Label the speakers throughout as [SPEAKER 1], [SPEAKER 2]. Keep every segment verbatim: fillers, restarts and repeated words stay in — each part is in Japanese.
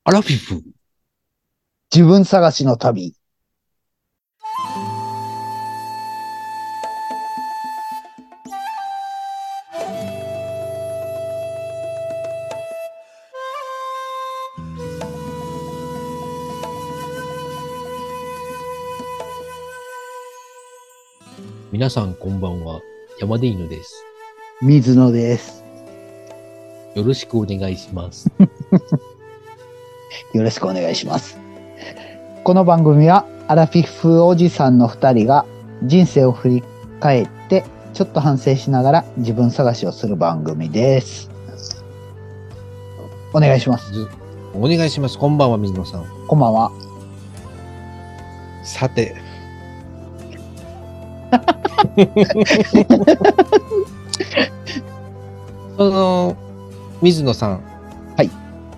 [SPEAKER 1] アラフィフ。
[SPEAKER 2] 自分探しの旅。
[SPEAKER 1] 皆さんこんばんは。山で犬です。
[SPEAKER 2] 水野です。
[SPEAKER 1] よろしくお願いします。
[SPEAKER 2] よろしくお願いします。この番組はアラフィフおじさんのふたりが人生を振り返ってちょっと反省しながら自分探しをする番組です。お願いします。
[SPEAKER 1] ずお願いします。こんばんは、水野さん。
[SPEAKER 2] こんばんは。
[SPEAKER 1] さて。その、水野さん。
[SPEAKER 2] はい。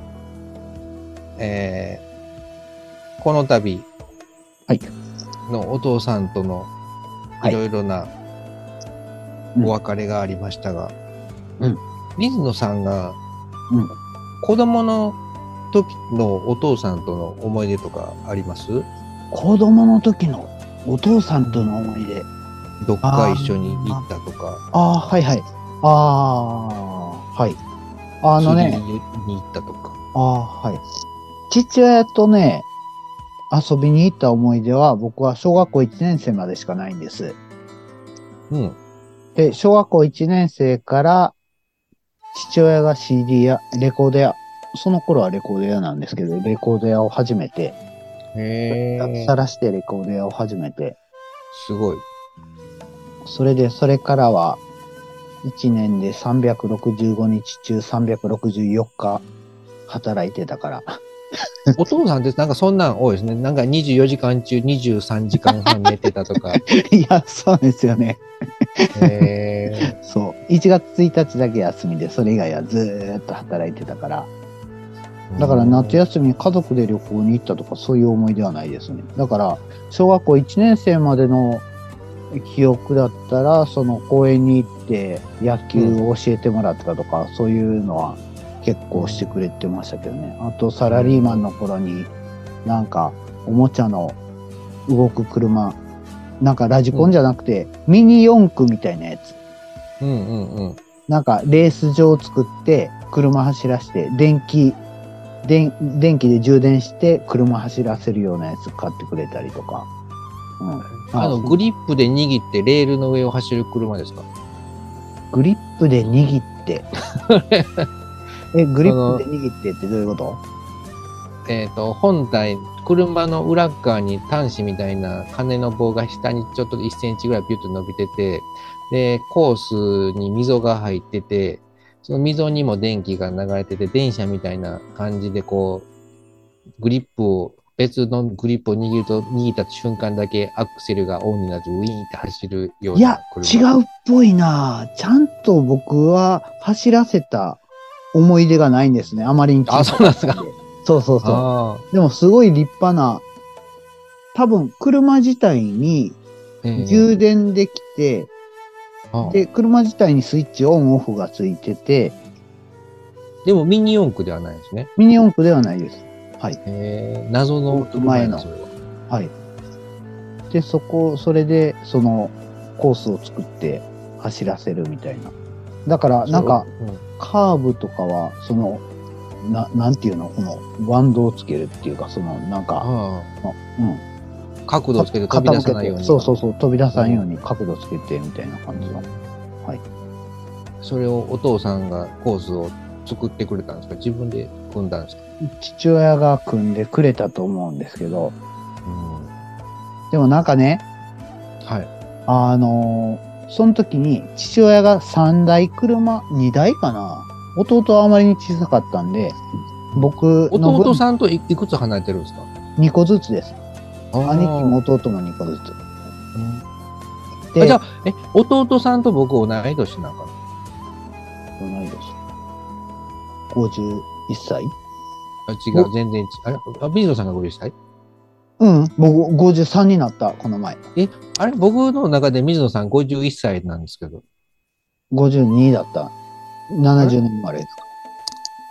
[SPEAKER 1] えー、この度
[SPEAKER 2] はい。
[SPEAKER 1] のお父さんとのいろいろなお別れがありましたが、
[SPEAKER 2] うん、
[SPEAKER 1] 水野さんが
[SPEAKER 2] うん、
[SPEAKER 1] 子供の時のお父さんとの思い出とかあります？
[SPEAKER 2] 子供の時のお父さんとの思い出。
[SPEAKER 1] どっか一緒に行ったとか。
[SPEAKER 2] ああ、はいはい。ああ、はい。あのね。
[SPEAKER 1] 釣りに行ったとか。
[SPEAKER 2] ああ、はい。父親とね、遊びに行った思い出は、僕は小学校いちねん生までしかないんです。
[SPEAKER 1] うん。
[SPEAKER 2] で、小学校いちねん生から父親が シーディー やレコード屋、その頃はレコード屋なんですけど、レコード屋を始めて、脱
[SPEAKER 1] へえ、
[SPEAKER 2] サラしてレコード屋を始めて、
[SPEAKER 1] すごい。
[SPEAKER 2] それで、それからはいちねんでさんびゃくろくじゅうごにち中さんびゃくろくじゅうよっか働いてたから。
[SPEAKER 1] お父さんってなんかそんなん多いですね。なんかにじゅうよじかん中にじゅうさんじかんはん寝てたとか。
[SPEAKER 2] いや、そうですよね。
[SPEAKER 1] へえ。
[SPEAKER 2] そう。いちがつついたちだけ休みで、それ以外はずーっと働いてたから。だから夏休みに家族で旅行に行ったとかそういう思い出はないですね。だから小学校いちねん生までの記憶だったら、その公園に行って野球を教えてもらったとか、うん、そういうのは結構してくれてましたけどね。あとサラリーマンの頃になんかおもちゃの動く車、なんかラジコンじゃなくて、うん、ミニ四駆みたいなやつ。
[SPEAKER 1] うんうんうん。
[SPEAKER 2] なんかレース場を作って車走らせて電気電電気で充電して車走らせるようなやつ買ってくれたりとか。
[SPEAKER 1] うん、あのグリップで握ってレールの上を走る車ですか？
[SPEAKER 2] グリップで握ってえグリップで握ってってどういうこと？
[SPEAKER 1] えっ、ー、と本体車の裏側に端子みたいな金の棒が下にちょっといっセンチぐらいピュッと伸びてて、でコースに溝が入ってて、その溝にも電気が流れてて、電車みたいな感じでこうグリップを別のグリップを握ると、握った瞬間だけアクセルがオンになってウィーンって走るような車。
[SPEAKER 2] いや違うっぽいな。ちゃんと僕は走らせた思い出がないんですね。あまりに小さかったんで。あ、そうなんですか。そうそうそう。でもすごい立派な、多分車自体に充電できて、えー、で、車自体にスイッチオンオフがついてて、
[SPEAKER 1] でもミニ四駆ではないですね。
[SPEAKER 2] ミニ四駆ではないです。はい。
[SPEAKER 1] えー、謎の
[SPEAKER 2] 前の。はい。で、そこ、それで、その、コースを作って走らせるみたいな。だから、なんか、うん、カーブとかは、その、な、なんていうの、この、バンドをつけるっていうか、その、なんか、うん。
[SPEAKER 1] 角度をつけて飛び出さないように。
[SPEAKER 2] そうそうそう、飛び出さないように角度つけてみたいな感じの。うん、はい。
[SPEAKER 1] それをお父さんがコースを作ってくれたんですか？自分で組んだんですか？
[SPEAKER 2] 父親が組んでくれたと思うんですけど、うん、でもなんかね、
[SPEAKER 1] はい。
[SPEAKER 2] あのー、その時に父親がさんだい車、にだいかな。弟はあまりに小さかったんで、僕の
[SPEAKER 1] 弟さんといくつ離れてるんですか？
[SPEAKER 2] にこずつです。兄貴も弟もにこずつ。
[SPEAKER 1] うん、あ、じゃあ、え、弟さんと僕同い年なんかな？
[SPEAKER 2] 同い年。ごじゅういっさい？
[SPEAKER 1] あ、違う、全然違う。あれ、あ、水野さんがごじゅっさい？
[SPEAKER 2] うん、僕ごじゅうさんになった、この前。
[SPEAKER 1] え、あれ、僕の中で水野さんごじゅういっさいなんですけど。
[SPEAKER 2] ごじゅうにだった。ななじゅうねん生まれですか。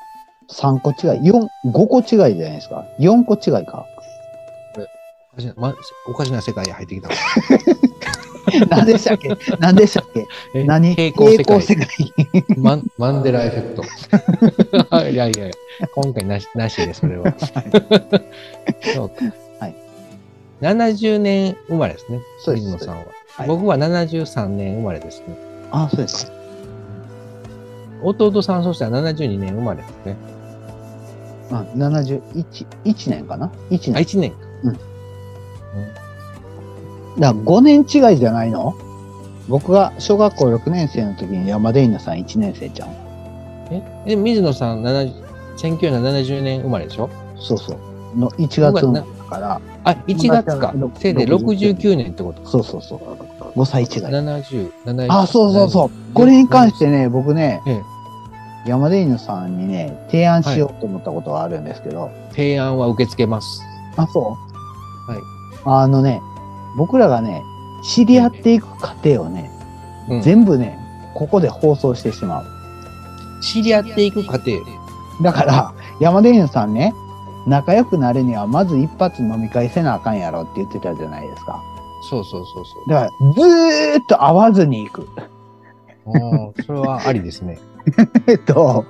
[SPEAKER 2] さんこ違い、よん、ごこ違いじゃないですか。よんこ違いか。
[SPEAKER 1] おかしな、ま、おかしな世界に入ってきた。
[SPEAKER 2] 何でしたっけ何でしたっけ
[SPEAKER 1] え
[SPEAKER 2] 何
[SPEAKER 1] 平行世界。
[SPEAKER 2] 世界。
[SPEAKER 1] マンマンデラエフェクト。いやいやいや、今回なし、なしで、それは。そうか。
[SPEAKER 2] はい。
[SPEAKER 1] ななじゅうねん生まれですね。
[SPEAKER 2] そうです。
[SPEAKER 1] 水野さんは。
[SPEAKER 2] はい、
[SPEAKER 1] 僕はななじゅうさんねん生まれですね。
[SPEAKER 2] あ、そうですか。
[SPEAKER 1] 弟さん、そしたらななじゅうにねん生まれですね。
[SPEAKER 2] あ、ななじゅういち、いちねんかな ?いち
[SPEAKER 1] あ、
[SPEAKER 2] 年。
[SPEAKER 1] いちねんか。
[SPEAKER 2] うん。だからごねん違いじゃないの？僕が小学校ろくねん生の時に山出稲さんいちねん生じゃん。
[SPEAKER 1] えで、水野さん、せんきゅうひゃくななじゅうねん生まれでしょ？
[SPEAKER 2] そうそう。のいちがつだから。
[SPEAKER 1] あ、いちがつか。せいでろくじゅうきゅうねんってことか。
[SPEAKER 2] そうそうそう。ごさい違い。
[SPEAKER 1] ななじゅう、ななじゅう。
[SPEAKER 2] あ、そうそうそう。これに関してね、僕ね、
[SPEAKER 1] ええ、
[SPEAKER 2] 山出犬さんにね、提案しようと思ったことがあるんですけど。はい、
[SPEAKER 1] 提案は受け付けます。
[SPEAKER 2] あ、そう
[SPEAKER 1] はい。
[SPEAKER 2] あのね、僕らがね、知り合っていく過程をね、うん、全部ね、ここで放送してしまう。
[SPEAKER 1] 知り合っていく過程。
[SPEAKER 2] だから、山出犬さんね、仲良くなるにはまず一発飲み会せなあかんやろって言ってたじゃないですか。
[SPEAKER 1] そうそうそうそう。
[SPEAKER 2] だから、ずーっと会わずに行く。
[SPEAKER 1] ああ、それはありですね。
[SPEAKER 2] えっと、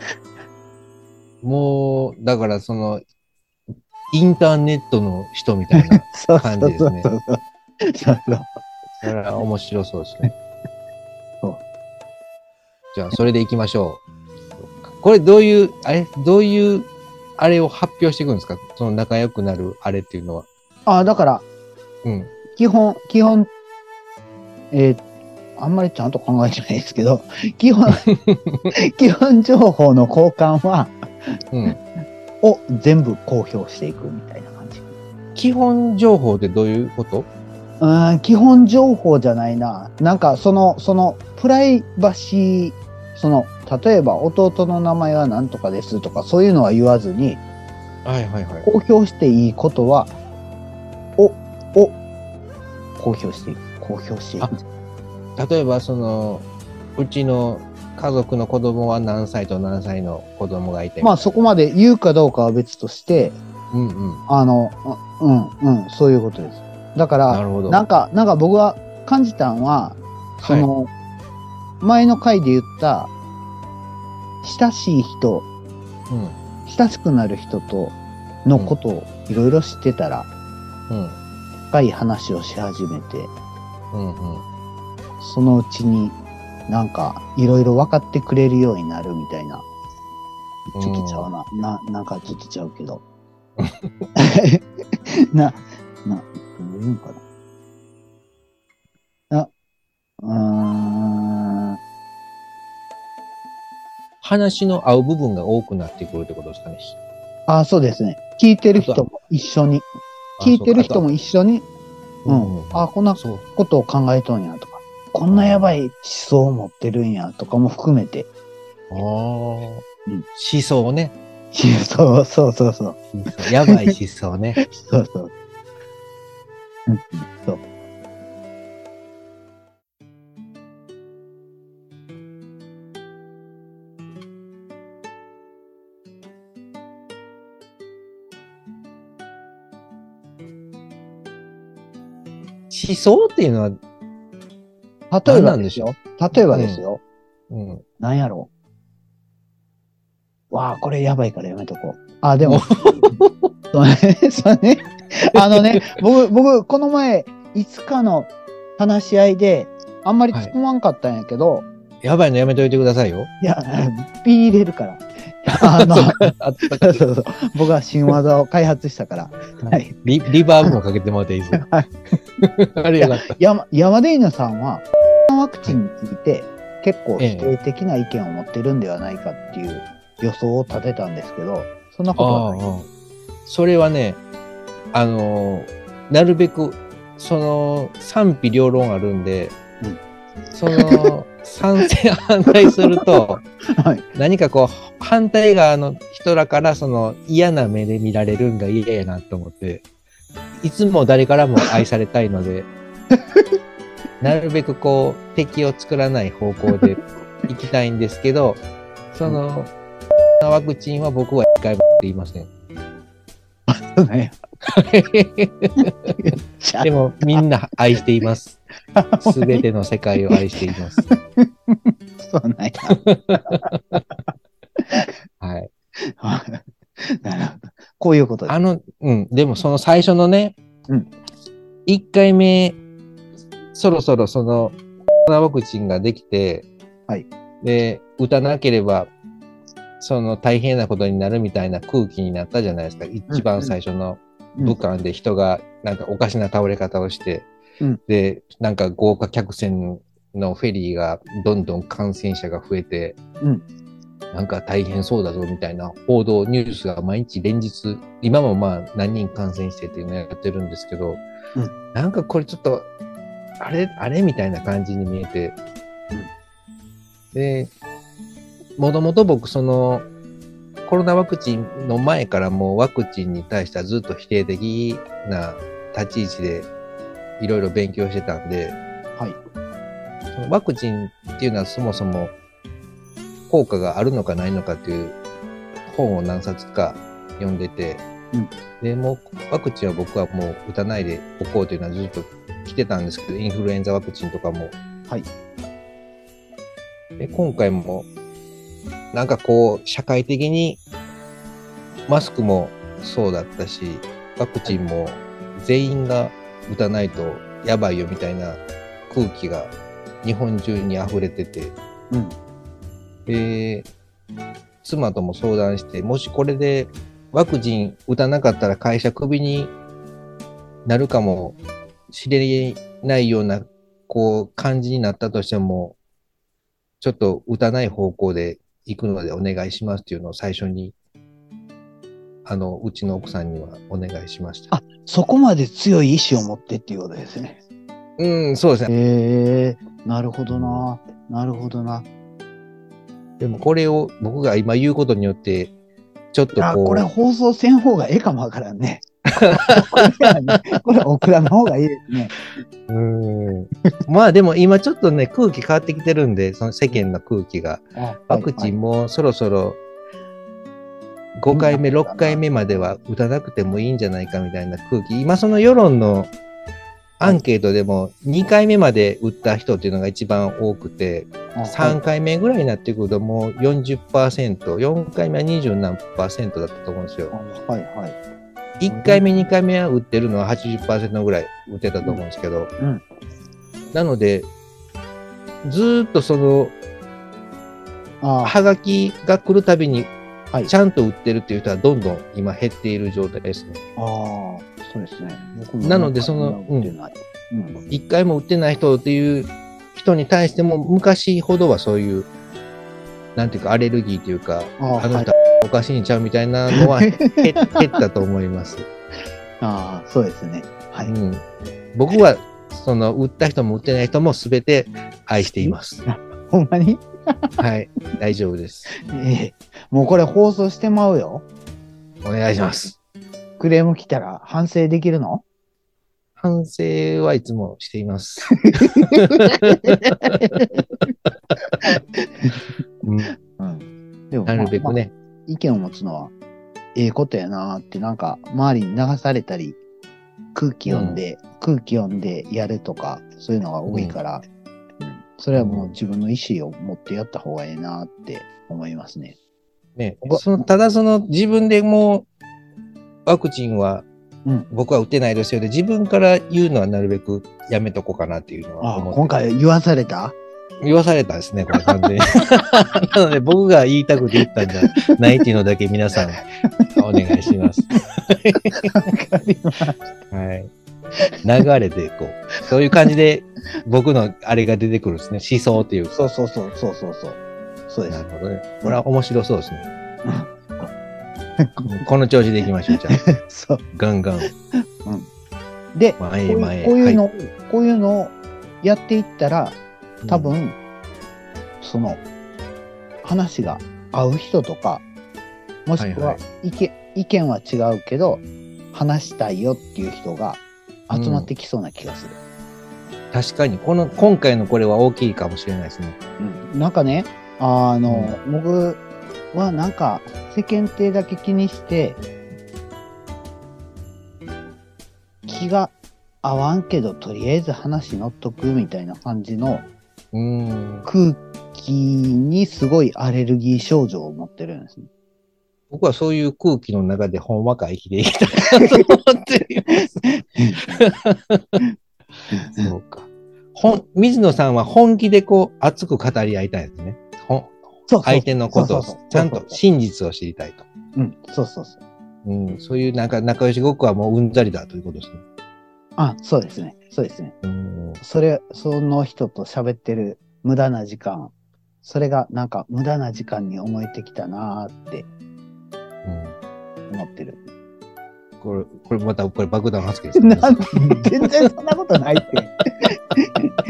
[SPEAKER 1] もう、だからその、インターネットの人みたいな感じですね。
[SPEAKER 2] そうそうそうそうそう。
[SPEAKER 1] それは面白そうですね。
[SPEAKER 2] そう。
[SPEAKER 1] じゃあ、それで行きましょう。これどういう、あれ、どういう、あれを発表していくんですか？その仲良くなるあれっていうのは。
[SPEAKER 2] ああ、だから、
[SPEAKER 1] うん。
[SPEAKER 2] 基本、基本、えー、あんまりちゃんと考えてないですけど、基本、基本情報の交換は、うん、を全部公表していくみたいな感じ。
[SPEAKER 1] 基本情報ってどういうこと？
[SPEAKER 2] うん、基本情報じゃないな。なんか、その、その、プライバシー、その、例えば弟の名前は何とかですとか、そういうのは言わずに、
[SPEAKER 1] はいはいはい。
[SPEAKER 2] 公表していいことは、を、を、公表していく。公表していく。
[SPEAKER 1] 例えば、その、うちの家族の子供は何歳と何歳の子供がいて。
[SPEAKER 2] まあそこまで言うかどうかは別として、
[SPEAKER 1] うんうん。
[SPEAKER 2] あの、うん、うん、そういうことです。だから、なるほど。なんか、なんか僕が感じたのは、その、はい、前の回で言った、親しい人、うん、親しくなる人とのことをいろいろ知ってたら、うん、深い話をし始めて、うんうん、そのうちになんかいろいろ分かってくれるようになるみたいな。ちょっとちゃうな。うん、な、なんかちょっとちゃうけど。な、な、どういうのかな。あ、うーん。
[SPEAKER 1] 話の合う部分が多くなってくるってことですかね。
[SPEAKER 2] あ、そうですね。聞いてる人も一緒に。聞いてる人も一緒に。うん。あ、こんなことを考えとんやとか。こんなやばい思想を持ってるんやとかも含めて。
[SPEAKER 1] ああ、うん。思想ね。
[SPEAKER 2] 思想、そうそうそう。
[SPEAKER 1] やばい思想ね。
[SPEAKER 2] そうそう。うん、そう。
[SPEAKER 1] 思想っていうのは、
[SPEAKER 2] 例えばですよ。例えばですよ。うん。何やろう。わあ、これやばいからやめとこう。あ、でも、そうね、そうね。あのね、僕、僕、この前、いつかの話し合いで、あんまり突っ込まんかったんやけど、はい、
[SPEAKER 1] やばいのやめといてくださいよ。
[SPEAKER 2] いや、ピー入れるから。あの、そうそうそう。僕は新技を開発したから。
[SPEAKER 1] はい、リ, リバーブもかけてもらっていいですか？はい。ありがとう。
[SPEAKER 2] 山、山出犬さんは、ワクチンについて結構否定的な意見を持ってるんではないかっていう予想を立てたんですけど、そんなことはない。
[SPEAKER 1] ああ、それはね、あの、なるべく、その、賛否両論あるんで、うん、その、賛成反対すると、はい、何かこう、反対側の人らからその嫌な目で見られるんが嫌やなと思って、いつも誰からも愛されたいので、なるべくこう、敵を作らない方向で行きたいんですけど、その、 ナワクチンは僕はいっかいも打っていません。
[SPEAKER 2] そうね。
[SPEAKER 1] でもみんな愛しています。すべての世界を愛しています。
[SPEAKER 2] そうなんや。
[SPEAKER 1] はい。
[SPEAKER 2] なるほど。こういうことです。
[SPEAKER 1] あの、うん、でもその最初のね、
[SPEAKER 2] うん、
[SPEAKER 1] いっかいめ、そろそろそのコロナワクチンができて、
[SPEAKER 2] はい、
[SPEAKER 1] で、打たなければ、その大変なことになるみたいな空気になったじゃないですか。一番最初の武漢で人がなんかおかしな倒れ方をして、うん、で、なんか豪華客船のフェリーがどんどん感染者が増えて、うん、なんか大変そうだぞみたいな報道、ニュースが毎日連日、今もまあ何人感染してっていうのをやってるんですけど、うん、なんかこれちょっと、あれ、あれみたいな感じに見えて、うん、で、もともと僕そのコロナワクチンの前からもうワクチンに対してはずっと否定的な立ち位置でいろいろ勉強してたんで、はい、そのワクチンっていうのはそもそも効果があるのかないのかっていう本を何冊か読んでて、うん、でもうワクチンは僕はもう打たないでおこうというのはずっと来てたんですけど、インフルエンザワクチンとかも、はい、で今回もなんかこう社会的にマスクもそうだったし、ワクチンも全員が打たないとやばいよみたいな空気が日本中に溢れてて、うん、で妻とも相談して、もしこれでワクチン打たなかったら会社クビになるかもしれないようなこう感じになったとしても、ちょっと打たない方向で行くのでお願いしますっていうのを最初にあのうちの奥さんにはお願いしました。
[SPEAKER 2] あ、そこまで強い意志を持ってっていうことですね。
[SPEAKER 1] うん、そうですね。
[SPEAKER 2] へえー、なるほどな、なるほどな。
[SPEAKER 1] でもこれを僕が今言うことによってちょっとこう、
[SPEAKER 2] あ、これ放送せん方がええかもわからんね。これオクラの方がいいですね。
[SPEAKER 1] うーん。まあでも今ちょっとね空気変わってきてるんで、その世間の空気が、ワクチンもそろそろごかいめ、ろっかいめまでは打たなくてもいいんじゃないかみたいな空気、今その世論のアンケートでもにかいめまで打った人っていうのが一番多くて、さんかいめぐらいになってくるともう よんじゅっパーセント、よんかいめはにじゅう何パーセントだったと思うんですよ。はいはい。いっかいめ、にかいめは打ってるのは はちじゅっパーセント ぐらい打ってたと思うんですけど、うんうん、なので、ずーっとその、はがきが来るたびに、ちゃんと打ってるっていう人はどんどん今減っている状態ですね。ああ、
[SPEAKER 2] そうですね。
[SPEAKER 1] なので、その、うん、いっかいも打ってない人っていう人に対しても、昔ほどはそういう、なんていうか、アレルギーというか、あ, あの人はおかしいんちゃうみたいなのは減ったと思います。
[SPEAKER 2] ああ、そうですね。はい。うん、
[SPEAKER 1] 僕は、その、打った人も打ってない人もすべて愛しています。
[SPEAKER 2] ほんまに
[SPEAKER 1] はい、大丈夫です。
[SPEAKER 2] ええ、もうこれ放送してまうよ。
[SPEAKER 1] お願いします。
[SPEAKER 2] クレーム来たら反省できるの？
[SPEAKER 1] 反省はいつもしています。うんうん、でも、なるべくね、ま
[SPEAKER 2] あ、意見を持つのはええことやなって、なんか周りに流されたり空気読んで、うん、空気読んでやるとかそういうのが多いから、うんうん、それはもう自分の意思を持ってやった方がいいなって思いますね。
[SPEAKER 1] ね、そのただその自分でもうワクチンは僕は打てないですよで、自分から言うのはなるべくやめとこうかなっていうのは思って。
[SPEAKER 2] あ、今回言わされた？
[SPEAKER 1] 言わされたですね、これ完全に。なので僕が言いたくて言ったんじゃないっていうのだけ皆さんお願いします。わかります。はい。流れでこう、そういう感じで僕のあれが出てくるんですね。思想っていう。
[SPEAKER 2] そうそうそうそうそうそう。そうです。
[SPEAKER 1] なるほどね。これは面白そうですね。この調子でいきましょう、じゃあ。そう。ガンガン。うん。
[SPEAKER 2] で、前へ前へ。こういうの、はい、こういうのをやっていったら、多分、うん、その、話が合う人とか、もしくは意見、はいはい、意見は違うけど、話したいよっていう人が集まってきそうな気がする。
[SPEAKER 1] うん、確かに、この、今回のこれは大きいかもしれないですね。
[SPEAKER 2] うん。なんかね、あの、うん、僕、 はなんか世間体だけ気にして気が合わんけどとりあえず話乗っとくみたいな感じの
[SPEAKER 1] うん。
[SPEAKER 2] 空気にすごいアレルギー症状を持ってるんですね。
[SPEAKER 1] 僕はそういう空気の中でほんわか生きていきたいなと思っています。そうか。ほん、水野さんは本気でこう熱く語り合いたいですね。ほん
[SPEAKER 2] そうそう
[SPEAKER 1] 相手のことを
[SPEAKER 2] そうそうそう
[SPEAKER 1] ちゃんと真実を知りたいと。
[SPEAKER 2] うん、そうそうそう。
[SPEAKER 1] うん、そういうなんか仲良しごっこはもううんざりだということですね。
[SPEAKER 2] あ、そうですね。そうですね。
[SPEAKER 1] うん
[SPEAKER 2] それ、その人と喋ってる無駄な時間、それがなんか無駄な時間に思えてきたなーって
[SPEAKER 1] うん、
[SPEAKER 2] 思ってる。
[SPEAKER 1] これ、これまたこれ爆弾発言ですね。
[SPEAKER 2] なん全然そんなことないって。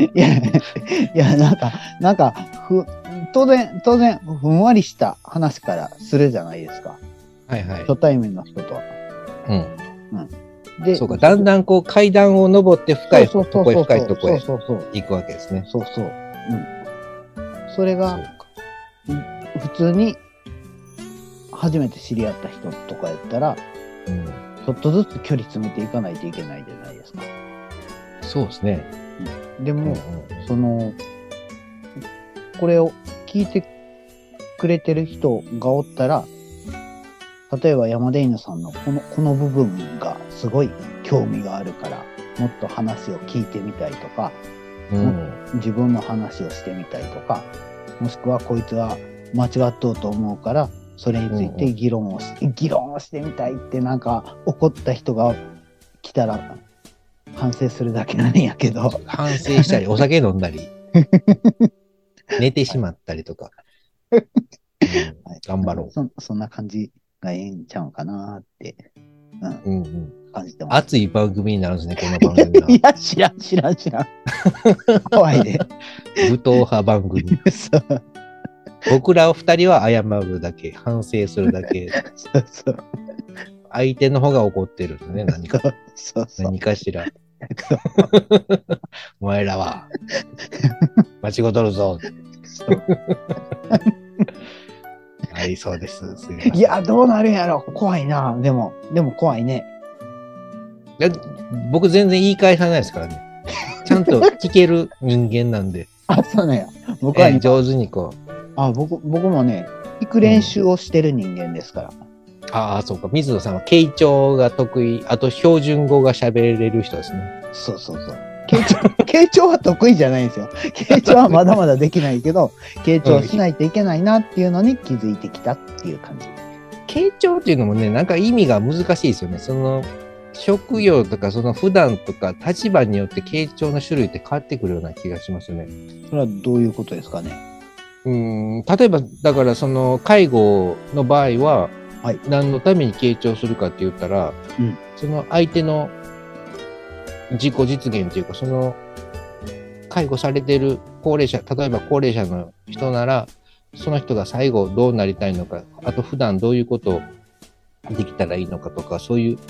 [SPEAKER 2] いや、いや、なんか、なんか、ふ、当然、当然、ふんわりした話からするじゃないですか。
[SPEAKER 1] はいはい。
[SPEAKER 2] 初対面の人とは。
[SPEAKER 1] うん。
[SPEAKER 2] で、
[SPEAKER 1] そうか、だんだんこう階段を登って深いとこへ深いとこへ
[SPEAKER 2] そうそうそう。
[SPEAKER 1] 行くわけですね。
[SPEAKER 2] そうそう。うん。それ
[SPEAKER 1] そう
[SPEAKER 2] が、
[SPEAKER 1] か。
[SPEAKER 2] 普通に、初めて知り合った人とかやったら、
[SPEAKER 1] うん。
[SPEAKER 2] ちょっとずつ距離詰めていかないといけないじゃないですか。
[SPEAKER 1] そうですね。
[SPEAKER 2] でも、
[SPEAKER 1] うんうん
[SPEAKER 2] その、これを聞いてくれてる人がおったら、例えば山田犬さんのこの、この部分がすごい興味があるから、もっと話を聞いてみたいとか、
[SPEAKER 1] うん
[SPEAKER 2] 自分の話をしてみたいとか、もしくはこいつは間違っとうと思うから、それについて議論をし、議論をしてみたいってなんか怒った人が来たら反省するだけなんやけど。
[SPEAKER 1] 反省したり、お酒飲んだり、寝てしまったりとか。うん
[SPEAKER 2] はい
[SPEAKER 1] 頑張ろう。
[SPEAKER 2] そそんな感じがええんちゃうかなって、うん、
[SPEAKER 1] うんうん。
[SPEAKER 2] 感じてます。
[SPEAKER 1] 熱い番組になるんですね、この番組は。
[SPEAKER 2] いや、知らん、知らん、知らん。怖いで。
[SPEAKER 1] 武闘派番組。
[SPEAKER 2] そう
[SPEAKER 1] 僕ら二人は謝るだけ、反省するだけ。
[SPEAKER 2] そうそう。
[SPEAKER 1] 相手の方が怒ってるんですね、何か。
[SPEAKER 2] そうそう。
[SPEAKER 1] 何かしら。お前らは、間違うとるぞ。
[SPEAKER 2] そう
[SPEAKER 1] はい、そうです。すいません
[SPEAKER 2] いや、どうなるんやろ。怖いな。でも、でも怖いね。
[SPEAKER 1] いや僕全然言い返さないですからね。ちゃんと聞ける人間なんで、
[SPEAKER 2] あ、そうなんや。僕は今、
[SPEAKER 1] えー上手にこう。
[SPEAKER 2] あ、僕、僕もね、聞く練習をしてる人間ですから。
[SPEAKER 1] ああ、そうか。水野さんは傾聴が得意、あと標準語が喋れる人ですね。
[SPEAKER 2] そうそうそう。傾聴、傾聴は得意じゃないんですよ。傾聴はまだまだできないけど、傾聴しないといけないなっていうのに気づいてきたっていう感じ。
[SPEAKER 1] 傾聴っていうのもね、なんか意味が難しいですよね。その、職業とか、その普段とか立場によって傾聴の種類って変わってくるような気がしますね。
[SPEAKER 2] それはどういうことですかね。
[SPEAKER 1] うーん、例えば、だからその介護の場合は、
[SPEAKER 2] はい
[SPEAKER 1] 何のために傾聴するかって言ったら、
[SPEAKER 2] うん
[SPEAKER 1] その相手の自己実現というか、その介護されている高齢者、例えば高齢者の人なら、その人が最後どうなりたいのか、あと普段どういうことをできたらいいのかとか、そういう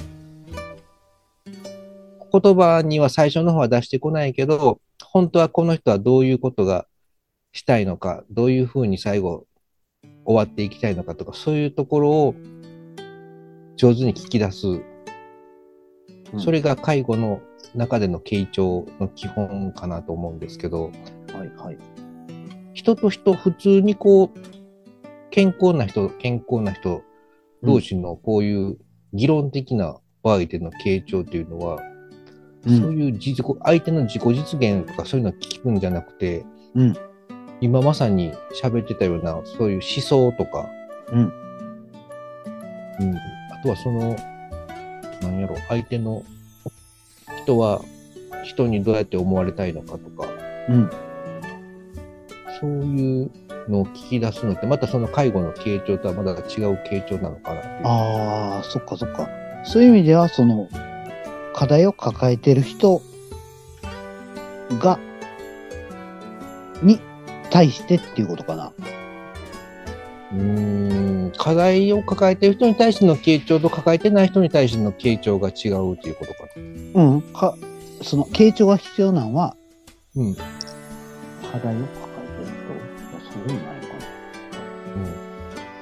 [SPEAKER 1] 言葉には最初の方は出してこないけど、本当はこの人はどういうことがしたいのか、どういうふうに最後終わっていきたいのかとか、そういうところを上手に聞き出す。
[SPEAKER 2] うん
[SPEAKER 1] それが介護の中での傾聴の基本かなと思うんですけど、
[SPEAKER 2] はいはい。
[SPEAKER 1] 人と人、普通にこう、健康な人、健康な人同士のこういう議論的な場合での傾聴っていうのは、
[SPEAKER 2] うん
[SPEAKER 1] そういう自己、相手の自己実現とかそういうのを聞くんじゃなくて、
[SPEAKER 2] うん
[SPEAKER 1] 今まさに喋ってたような、そういう思想とか、
[SPEAKER 2] うん
[SPEAKER 1] うん、あとはその、なんやろ、相手の人は人にどうやって思われたいのかとか、
[SPEAKER 2] うん
[SPEAKER 1] そういうのを聞き出すのって、またその介護の傾聴とはまだ違う傾聴なのかなっていう。
[SPEAKER 2] ああ、そっかそっか。そういう意味では、その、課題を抱えてる人が、に対してっていうことかな。
[SPEAKER 1] うーん、課題を抱えている人に対しての傾聴と抱えてない人に対しての傾聴が違うということかな。
[SPEAKER 2] うん。か、その、傾聴が必要なのは、
[SPEAKER 1] うん。
[SPEAKER 2] 課題を抱えてる人。いやそういうのないのかな。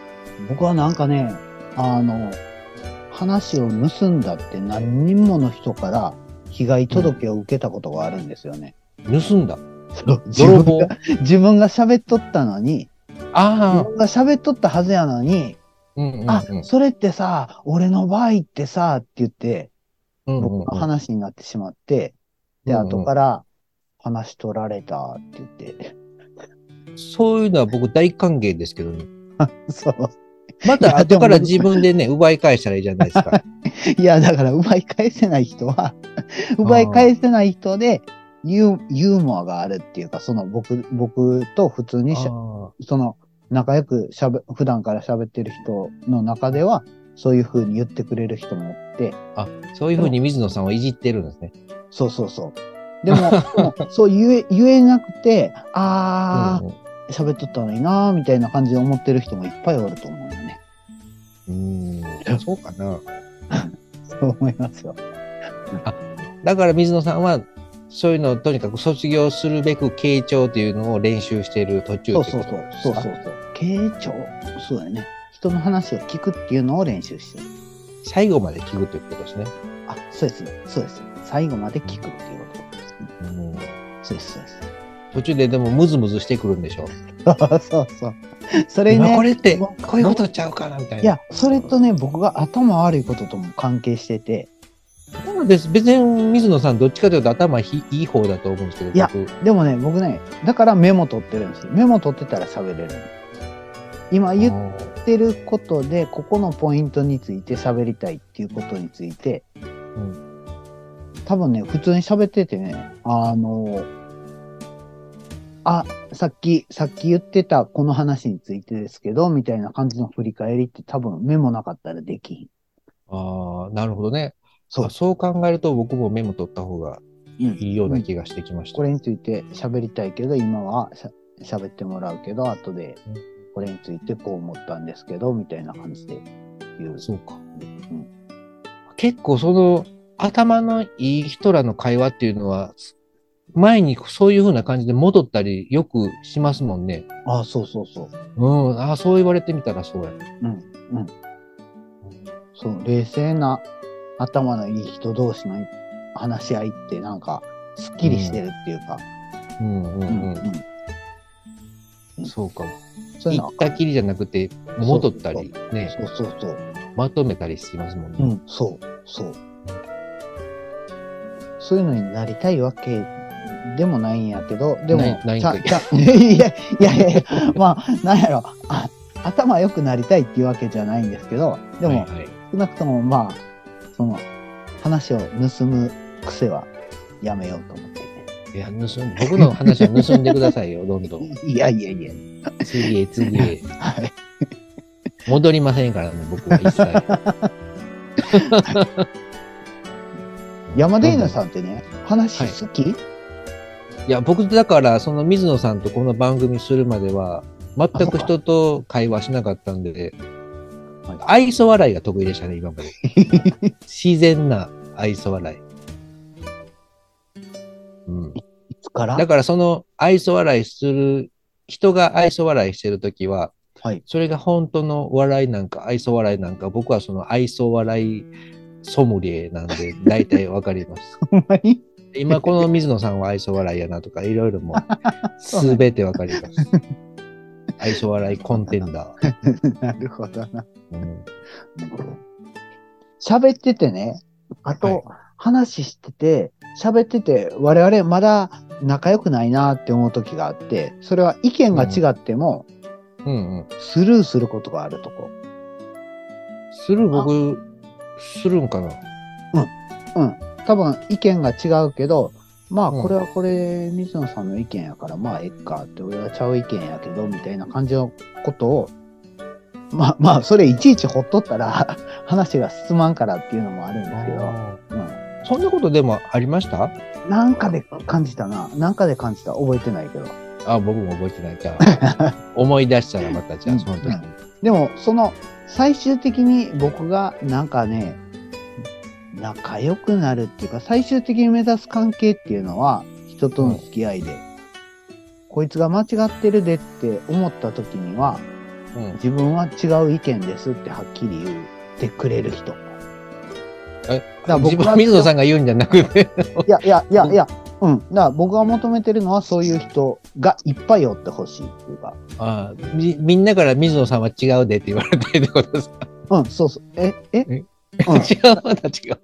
[SPEAKER 2] 僕はなんかね、あの、話を盗んだって何人もの人から被害届を受けたことがあるんですよね。
[SPEAKER 1] 盗んだ。
[SPEAKER 2] そう自
[SPEAKER 1] 泥棒。
[SPEAKER 2] 分が、自分が喋っとったのに、自
[SPEAKER 1] あ
[SPEAKER 2] 分が喋っとったはずやのに、
[SPEAKER 1] あ。うんうん
[SPEAKER 2] あ、
[SPEAKER 1] うん。
[SPEAKER 2] それってさ、俺の場合ってさ、って言って、
[SPEAKER 1] うんうん
[SPEAKER 2] 僕の
[SPEAKER 1] うん。
[SPEAKER 2] 話になってしまって、で、
[SPEAKER 1] うんうん
[SPEAKER 2] 後から話取られたって言って。
[SPEAKER 1] そういうのは僕大歓迎ですけどね。
[SPEAKER 2] そう。
[SPEAKER 1] ま
[SPEAKER 2] いや、で
[SPEAKER 1] た後から
[SPEAKER 2] も僕、
[SPEAKER 1] 自分でね、奪い返したらいいじゃないですか。
[SPEAKER 2] いや、だから奪い返せない人は、奪い返せない人で、ユー、ユーモアがあるっていうか、その僕、僕と普通にしゃ、
[SPEAKER 1] あ
[SPEAKER 2] その仲良くしゃべ、普段から喋ってる人の中では、そういう風に言ってくれる人もおって、
[SPEAKER 1] あ。あ、そういうふうに水野さんをいじってるんですね。
[SPEAKER 2] そうそうそう。でも、でもそう言え、言えなくて、
[SPEAKER 1] うん
[SPEAKER 2] あ
[SPEAKER 1] うん。
[SPEAKER 2] ー、喋っとったのになーみたいな感じで思ってる人もいっぱいおると思うよね。
[SPEAKER 1] うーん、そうかな。
[SPEAKER 2] そう思いますよ。
[SPEAKER 1] だから水野さんは、そういうのをとにかく卒業するべく傾聴っていうのを練習している途中
[SPEAKER 2] そう
[SPEAKER 1] ってこと
[SPEAKER 2] そうそう。
[SPEAKER 1] ですか？
[SPEAKER 2] そうそうそう。傾聴。そうだよね。人の話を聞くっていうのを練習してる。
[SPEAKER 1] 最後まで聞くということですね。
[SPEAKER 2] あ、そうですね。そうです。最後まで聞くっていうことですね。
[SPEAKER 1] うん、
[SPEAKER 2] そうです、そうです。
[SPEAKER 1] 途中ででもムズムズしてくるんでしょ。
[SPEAKER 2] そうそうそう。それ
[SPEAKER 1] 今
[SPEAKER 2] ね。
[SPEAKER 1] これって
[SPEAKER 2] も
[SPEAKER 1] こういうことちゃうかなみたいな。
[SPEAKER 2] いや、それとね、僕が頭悪いこととも関係してて、
[SPEAKER 1] 別別に水野さんどっちかというと頭いい方だと思うんですけど、
[SPEAKER 2] いや
[SPEAKER 1] 僕
[SPEAKER 2] でもね、僕ね、だからメモ取ってるんですよ。メモ取ってたら喋れるの。今言ってることで、ここのポイントについて喋りたいっていうことについて、
[SPEAKER 1] うん、
[SPEAKER 2] 多分ね、普通に喋っててね、あの、あ、さっき、さっき言ってたこの話についてですけど、みたいな感じの振り返りって多分メモなかったらできひん。
[SPEAKER 1] ああ、なるほどね。
[SPEAKER 2] そう
[SPEAKER 1] あ、そう考えると僕もメモ取った方が
[SPEAKER 2] うん
[SPEAKER 1] いいような気がしてきました。
[SPEAKER 2] これについて喋りたいけど、今はしゃ喋ってもらうけど、後でこれについてこう思ったんですけど、みたいな感じで言う。
[SPEAKER 1] そうか。
[SPEAKER 2] うん
[SPEAKER 1] 結構その頭のいい人らの会話っていうのは、前にそういう風な感じで戻ったりよくしますもんね。
[SPEAKER 2] ああ、そうそうそう。
[SPEAKER 1] うん。ああ、そう言われてみたらそうや。
[SPEAKER 2] うん、うん。そう、冷静な頭のいい人同士の話し合いってなんか、すっきりしてるっていうか。
[SPEAKER 1] うんうんうん。
[SPEAKER 2] うんうん
[SPEAKER 1] そうかも。
[SPEAKER 2] そういうのは
[SPEAKER 1] 行ったきりじゃなくて、戻ったりね、
[SPEAKER 2] そうそうそう。
[SPEAKER 1] まとめたりしますもんね。
[SPEAKER 2] うん、そう、そう。そういうのになりたいわけでもないんやけど、でも、
[SPEAKER 1] ないないんかい
[SPEAKER 2] ちゃちゃいやいやいやいや、まあ、なんやろあ、頭良くなりたいっていうわけじゃないんですけど、でも、
[SPEAKER 1] はいはい、
[SPEAKER 2] 少なくともまあ、その、話を盗む癖はやめようと思ってね。
[SPEAKER 1] いや、盗ん僕の話は盗んでくださいよ、どんどん。
[SPEAKER 2] いやいやいや。
[SPEAKER 1] 次へ次へ。
[SPEAKER 2] はい。
[SPEAKER 1] 戻りませんからね、僕は一切。
[SPEAKER 2] 山田犬さんってね、話好き、
[SPEAKER 1] いや、僕だから、その水野さんとこの番組するまでは、全く人と会話しなかったんで、愛想笑いが得意でしたね、今まで。自然な愛想笑い。うん、
[SPEAKER 2] いつから
[SPEAKER 1] だからその愛想笑いする、人が愛想笑いしてるときは、
[SPEAKER 2] はい、
[SPEAKER 1] それが本当の笑いなんか愛想笑いなんか、僕はその愛想笑いソムリエなんで大体わかります。
[SPEAKER 2] ほんまに
[SPEAKER 1] 今この水野さんは愛想笑いやなとかいろいろもうすべてわかります。愛想笑いコンテンダー。
[SPEAKER 2] なるほどな。
[SPEAKER 1] うん
[SPEAKER 2] 喋っててね、あと、
[SPEAKER 1] はい、
[SPEAKER 2] 話してて、喋ってて、我々まだ仲良くないなって思う時があって、それは意見が違っても、
[SPEAKER 1] うんうん、
[SPEAKER 2] スルーすることがあるとこ。
[SPEAKER 1] する僕、するんかな。
[SPEAKER 2] うん。うん。多分意見が違うけど、まあ
[SPEAKER 1] うん
[SPEAKER 2] これはこれ、水野さんの意見やから、まあえっかって、俺はちゃう意見やけど、みたいな感じのことを、まあまあ、それいちいちほっとったら、話が進まんからっていうのもあるんですけど、うん。
[SPEAKER 1] そんなことでもありました？
[SPEAKER 2] なんかで感じたな。なんかで感じた。覚えてないけど。
[SPEAKER 1] あ、僕も覚えてない。じゃあ、思い出したらまた、じゃあ、その時に。
[SPEAKER 2] でも、その、最終的に僕がなんかね、仲良くなるっていうか、最終的に目指す関係っていうのは、人との付き合いで、こいつが間違ってるでって思った時には、
[SPEAKER 1] うん
[SPEAKER 2] 自分は違う意見ですってはっきり言ってくれる人。
[SPEAKER 1] え
[SPEAKER 2] だから
[SPEAKER 1] 自分
[SPEAKER 2] 僕は
[SPEAKER 1] は水野さんが言うんじゃなくて。
[SPEAKER 2] いやいやいやいや、うん。だから僕が求めてるのはそういう人がいっぱいおってほしいっていうか。
[SPEAKER 1] ああみみんなから水野さんは違うでって言われてるってことですか？
[SPEAKER 2] うん、そうそう。え、え、
[SPEAKER 1] え
[SPEAKER 2] うん、
[SPEAKER 1] 違う、まだ違う。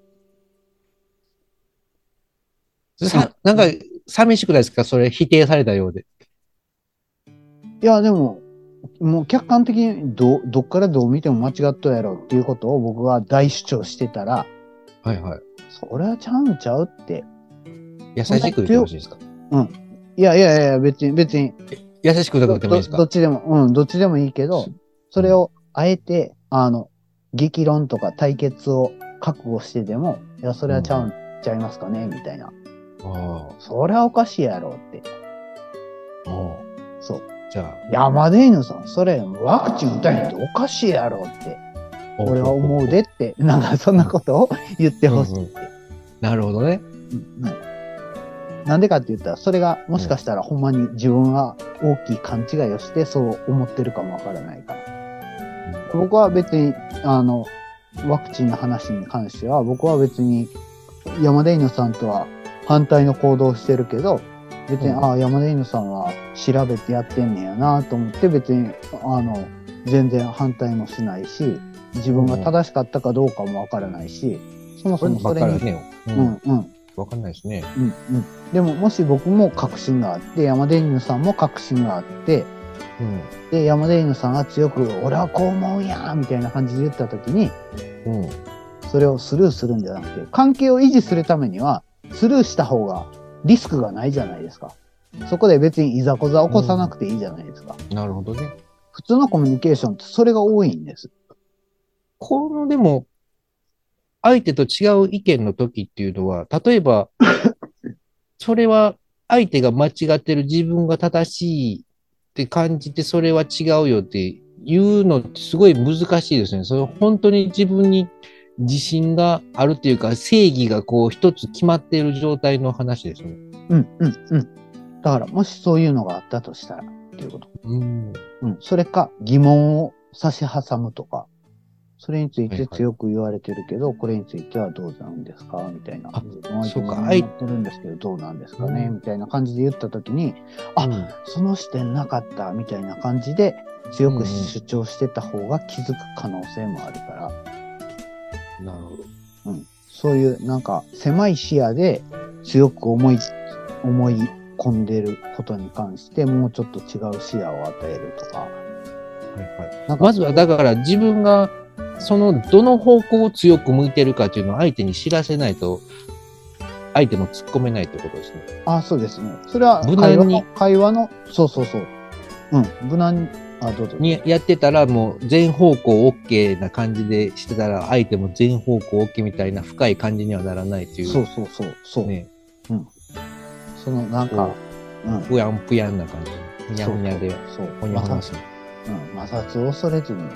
[SPEAKER 1] さ、なんか、寂しくないですか？それ否定されたようで。
[SPEAKER 2] いや、でも、もう客観的にど、どっからどう見ても間違っとるやろっていうことを僕が大主張してたら、
[SPEAKER 1] はいはい。
[SPEAKER 2] それはちゃうんちゃうって。
[SPEAKER 1] 優しく言ってほしいですか？
[SPEAKER 2] うん。いやいやいや、別に、別に、
[SPEAKER 1] 優しくな
[SPEAKER 2] ど、ど、
[SPEAKER 1] くてもいいですか？
[SPEAKER 2] どっちでも、うん、どっちでもいいけど、それをあえて、あの、激論とか対決を覚悟してでも、いや、それはちゃうんちゃいますかねみたいな。
[SPEAKER 1] あ
[SPEAKER 2] それはおかしいやろって。
[SPEAKER 1] あ、ああ
[SPEAKER 2] そう。
[SPEAKER 1] じゃあ、
[SPEAKER 2] 山田犬さん、それワクチン打たへんっておかしいやろって。俺は思うでって、なんかそんなことを言ってほしいって。
[SPEAKER 1] なるほどね。
[SPEAKER 2] うんうんなんでかって言ったら、それがもしかしたらほんまに自分は大きい勘違いをしてそう思ってるかもわからないから。僕は別に、あの、ワクチンの話に関しては、僕は別に山田犬さんとは反対の行動をしてるけど、別に、
[SPEAKER 1] うん
[SPEAKER 2] ああ、山田犬さんは調べてやってんねやなと思って別に、あの、全然反対もしないし、自分が正しかったかどうかもわからないし、そもそもそれに、
[SPEAKER 1] ね。う。
[SPEAKER 2] うんんうん。
[SPEAKER 1] わかんないですね。
[SPEAKER 2] うんうん。でも、もし僕も確信があって、山田犬さんも確信があって、
[SPEAKER 1] うん。
[SPEAKER 2] で、山田犬さんが強く、俺はこう思うやんみたいな感じで言ったときに、
[SPEAKER 1] うん。
[SPEAKER 2] それをスルーするんじゃなくて、関係を維持するためには、スルーした方がリスクがないじゃないですか。そこで別にいざこざ起こさなくていいじゃないですか。
[SPEAKER 1] なるほどね。
[SPEAKER 2] 普通のコミュニケーションってそれが多いんです。
[SPEAKER 1] この、でも、相手と違う意見の時っていうのは、例えば、それは相手が間違ってる自分が正しいって感じて、それは違うよって言うのってすごい難しいですね。それ本当に自分に自信があるっていうか、正義がこう一つ決まっている状態の話ですね。
[SPEAKER 2] うんうんうん。だから、もしそういうのがあったとしたら、っていうこと。
[SPEAKER 1] うん。
[SPEAKER 2] うん。それか、疑問を差し挟むとか、それについて
[SPEAKER 1] はいはい
[SPEAKER 2] 強く言われてるけど、これについてはどうなんですかみたいな。
[SPEAKER 1] あ
[SPEAKER 2] 自分は
[SPEAKER 1] そうか
[SPEAKER 2] 疑問に思ってるんですけど、どうなんですかね、
[SPEAKER 1] うん
[SPEAKER 2] みたいな感じで言ったときに、あ、
[SPEAKER 1] うん
[SPEAKER 2] その視点なかったみたいな感じで強く
[SPEAKER 1] うんうん
[SPEAKER 2] 主張してた方が気づく可能性もあるから、
[SPEAKER 1] なるほど。
[SPEAKER 2] うん、そういうなんか狭い視野で強く思い、思い込んでることに関してもうちょっと違う視野を与えるとか。
[SPEAKER 1] はいはい。
[SPEAKER 2] なんか
[SPEAKER 1] まずはだから自分がそのどの方向を強く向いてるかっていうのを相手に知らせないと相手も突っ込めないってことですね。
[SPEAKER 2] あ、そうですね。それは
[SPEAKER 1] 無
[SPEAKER 2] 会話
[SPEAKER 1] 難に
[SPEAKER 2] の、会話の、そうそうそう。うん、無難に、あ、どうぞ。
[SPEAKER 1] にやってたらもう全方向 OK な感じでしてたら相手も全方向 OK みたいな深い感じにはならないっていう。
[SPEAKER 2] そうそうそう、そう。
[SPEAKER 1] ね。
[SPEAKER 2] その、なんか、うん。
[SPEAKER 1] ぷやんぷやんな感じ。ふにゃふにゃで、
[SPEAKER 2] そう。
[SPEAKER 1] ほにゃほにゃする。
[SPEAKER 2] うん、摩擦を恐れずに。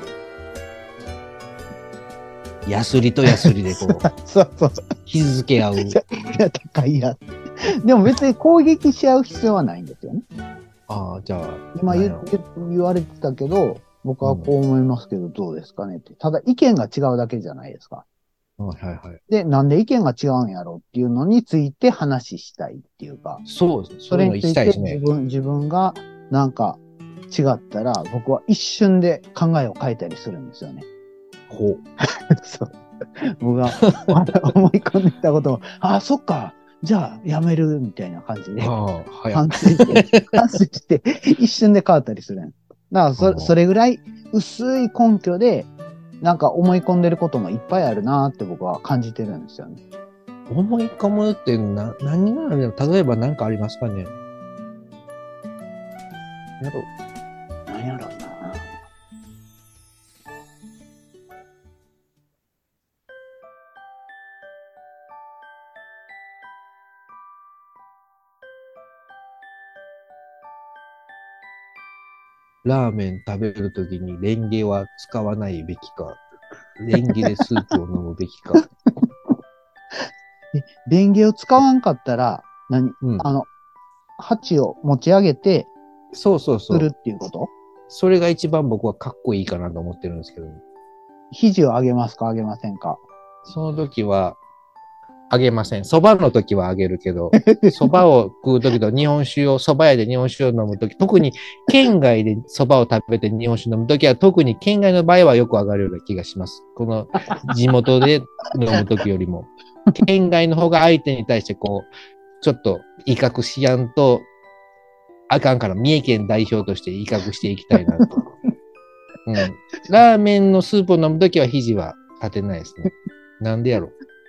[SPEAKER 1] やすりとやすりでこう、
[SPEAKER 2] そうそう。
[SPEAKER 1] 傷つけ合う。
[SPEAKER 2] いや、高いや。でも別に攻撃し合う必要はないんですよね。
[SPEAKER 1] ああ、じゃあ。
[SPEAKER 2] 今言
[SPEAKER 1] なんやろ
[SPEAKER 2] 言言われてたけど、僕はこう思いますけど、どうですかねって。ただ意見が違うだけじゃないですか。
[SPEAKER 1] はいはいはい。
[SPEAKER 2] で、なんで意見が違うんやろうっていうのについて話したいっていうか、
[SPEAKER 1] そうですね。
[SPEAKER 2] それについて
[SPEAKER 1] そういうの行きたいですね。
[SPEAKER 2] 自分、自分がなんか違ったら、僕は一瞬で考えを変えたりするんですよね。
[SPEAKER 1] ほう。
[SPEAKER 2] そう。僕が思い込んでたことを、ああ、そっか、じゃあやめるみたいな感じで
[SPEAKER 1] ああ、はい。
[SPEAKER 2] 反省して、反省して一瞬で変わったりするん。だから
[SPEAKER 1] あ
[SPEAKER 2] そ、
[SPEAKER 1] あ
[SPEAKER 2] それぐらい薄い根拠で、なんか思い込んでることもいっぱいあるなって僕は感じてるんですよね。
[SPEAKER 1] 思い込むってな何があるの？例えば何かありますかね？やろう。
[SPEAKER 2] なんやろうな。
[SPEAKER 1] ラーメン食べるときにレンゲは使わないべきか、レンゲでスープを飲むべきか。
[SPEAKER 2] で、レンゲを使わんかったら、何、
[SPEAKER 1] うん、
[SPEAKER 2] あの、鉢を持ち上げて
[SPEAKER 1] そうそうそう。
[SPEAKER 2] するっていうこと
[SPEAKER 1] それが一番僕はかっこいいかなと思ってるんですけど。
[SPEAKER 2] 肘を上げますか上げませんか？
[SPEAKER 1] その時は、あげません。蕎麦の時はあげるけど、蕎麦を食う時と日本酒を、蕎麦屋で日本酒を飲む時、特に県外で蕎麦を食べて日本酒飲む時は、特に県外の場合はよく上がるような気がします。この地元で飲む時よりも。県外の方が相手に対してこう、ちょっと威嚇しやんと、あかんから、三重県代表として威嚇していきたいなと。うん。ラーメンのスープを飲むときは肘は立てないですね。なんでやろ。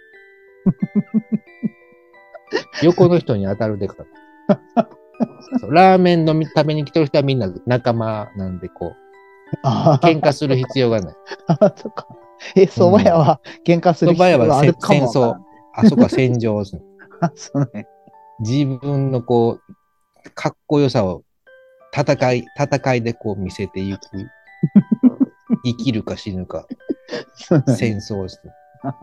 [SPEAKER 1] 横の人に当たるでかそうラーメン飲み食べに来てる人はみんな仲間なんで、こう、喧嘩する必要がない。
[SPEAKER 2] あ、そっか。え、蕎麦屋は喧嘩する必要があるかもわからん。
[SPEAKER 1] 戦争。あそこは戦場ですね。
[SPEAKER 2] あ、そうね。
[SPEAKER 1] 自分のこう、かっこよさを戦い、戦いでこう見せていく。生きるか死ぬか。戦争ですね。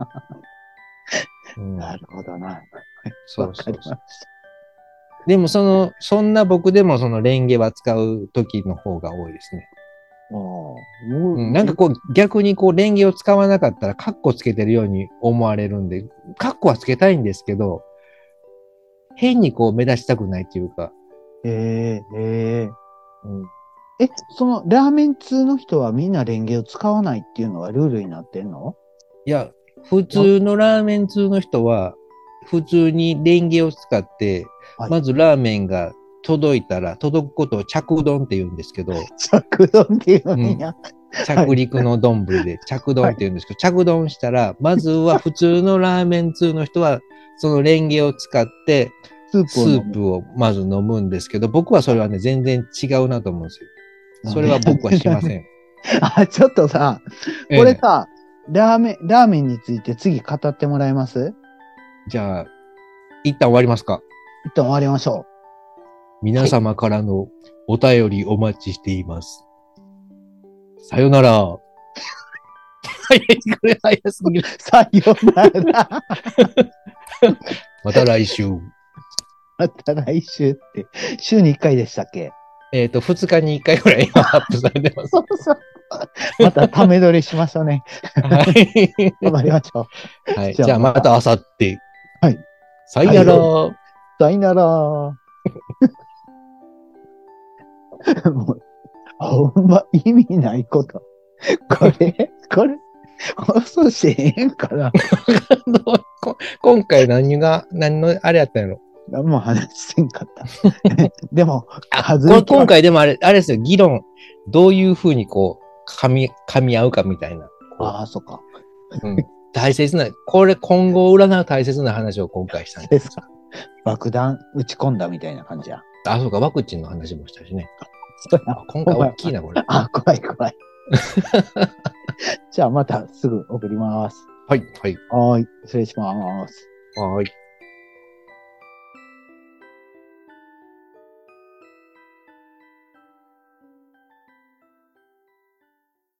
[SPEAKER 1] うん、
[SPEAKER 2] なるほどな。
[SPEAKER 1] そうそうそう。でもその、そんな僕でもそのレンゲは使う時の方が多いですね。うん、なんかこう逆にこうレンゲを使わなかったらカッコつけてるように思われるんで、カッコはつけたいんですけど、変にこう目立ちたくないっていうか。
[SPEAKER 2] ええええうん、え、そのラーメン通の人はみんなレンゲを使わないっていうのがルールになってんの？
[SPEAKER 1] いや、普通のラーメン通の人は、普通にレンゲを使って、はい、まずラーメンが届いたら、届くことを着丼って言うんですけど。
[SPEAKER 2] 着丼って言うんや。
[SPEAKER 1] うん、着陸の丼で着丼って言うんですけど、はい、着丼したら、まずは普通のラーメン通の人は、そのレンゲを使って、スープをまず飲むんですけど、僕はそれはね、全然違うなと思うんですよ。それは僕はしません。
[SPEAKER 2] あ、ちょっとさ、これさ、ええ、ラーメン、ラーメンについて次語ってもらえます？
[SPEAKER 1] じゃあ、一旦終わりますか。
[SPEAKER 2] 一旦終わりましょう。
[SPEAKER 1] 皆様からのお便りお待ちしています。はい、さよなら。これ早すぎる。
[SPEAKER 2] さよなら。
[SPEAKER 1] また来週。
[SPEAKER 2] また来週って、週にいっかいでしたっけ？
[SPEAKER 1] えっと、ふつかにいっかいぐらい今アップされてます。そうそう。
[SPEAKER 2] またため撮りしましょうね。はい。頑張りましょ
[SPEAKER 1] う。はい。じゃあまたあさって。
[SPEAKER 2] はい。
[SPEAKER 1] さよなら。
[SPEAKER 2] さよなら。もう、ほんま意味ないこと。これ、これ、放送してええんかな。
[SPEAKER 1] 今回何が、何のあれやったんやろ。
[SPEAKER 2] 何も話せんかった。でも、
[SPEAKER 1] 今回でもあれ、あれですよ、議論、どういうふうにこう、噛み、噛み合うかみたいな。
[SPEAKER 2] ああ、そっか。
[SPEAKER 1] うん。大切な、これ今後占う大切な話を今回したん
[SPEAKER 2] ですか。爆弾打ち込んだみたいな感じや。
[SPEAKER 1] あ、そうか、ワクチンの話もしたしね。今回大きいな、これ。
[SPEAKER 2] あ、怖い怖い。じゃあまたすぐ送ります。
[SPEAKER 1] はい、はい。
[SPEAKER 2] はい、失礼します。
[SPEAKER 1] はい。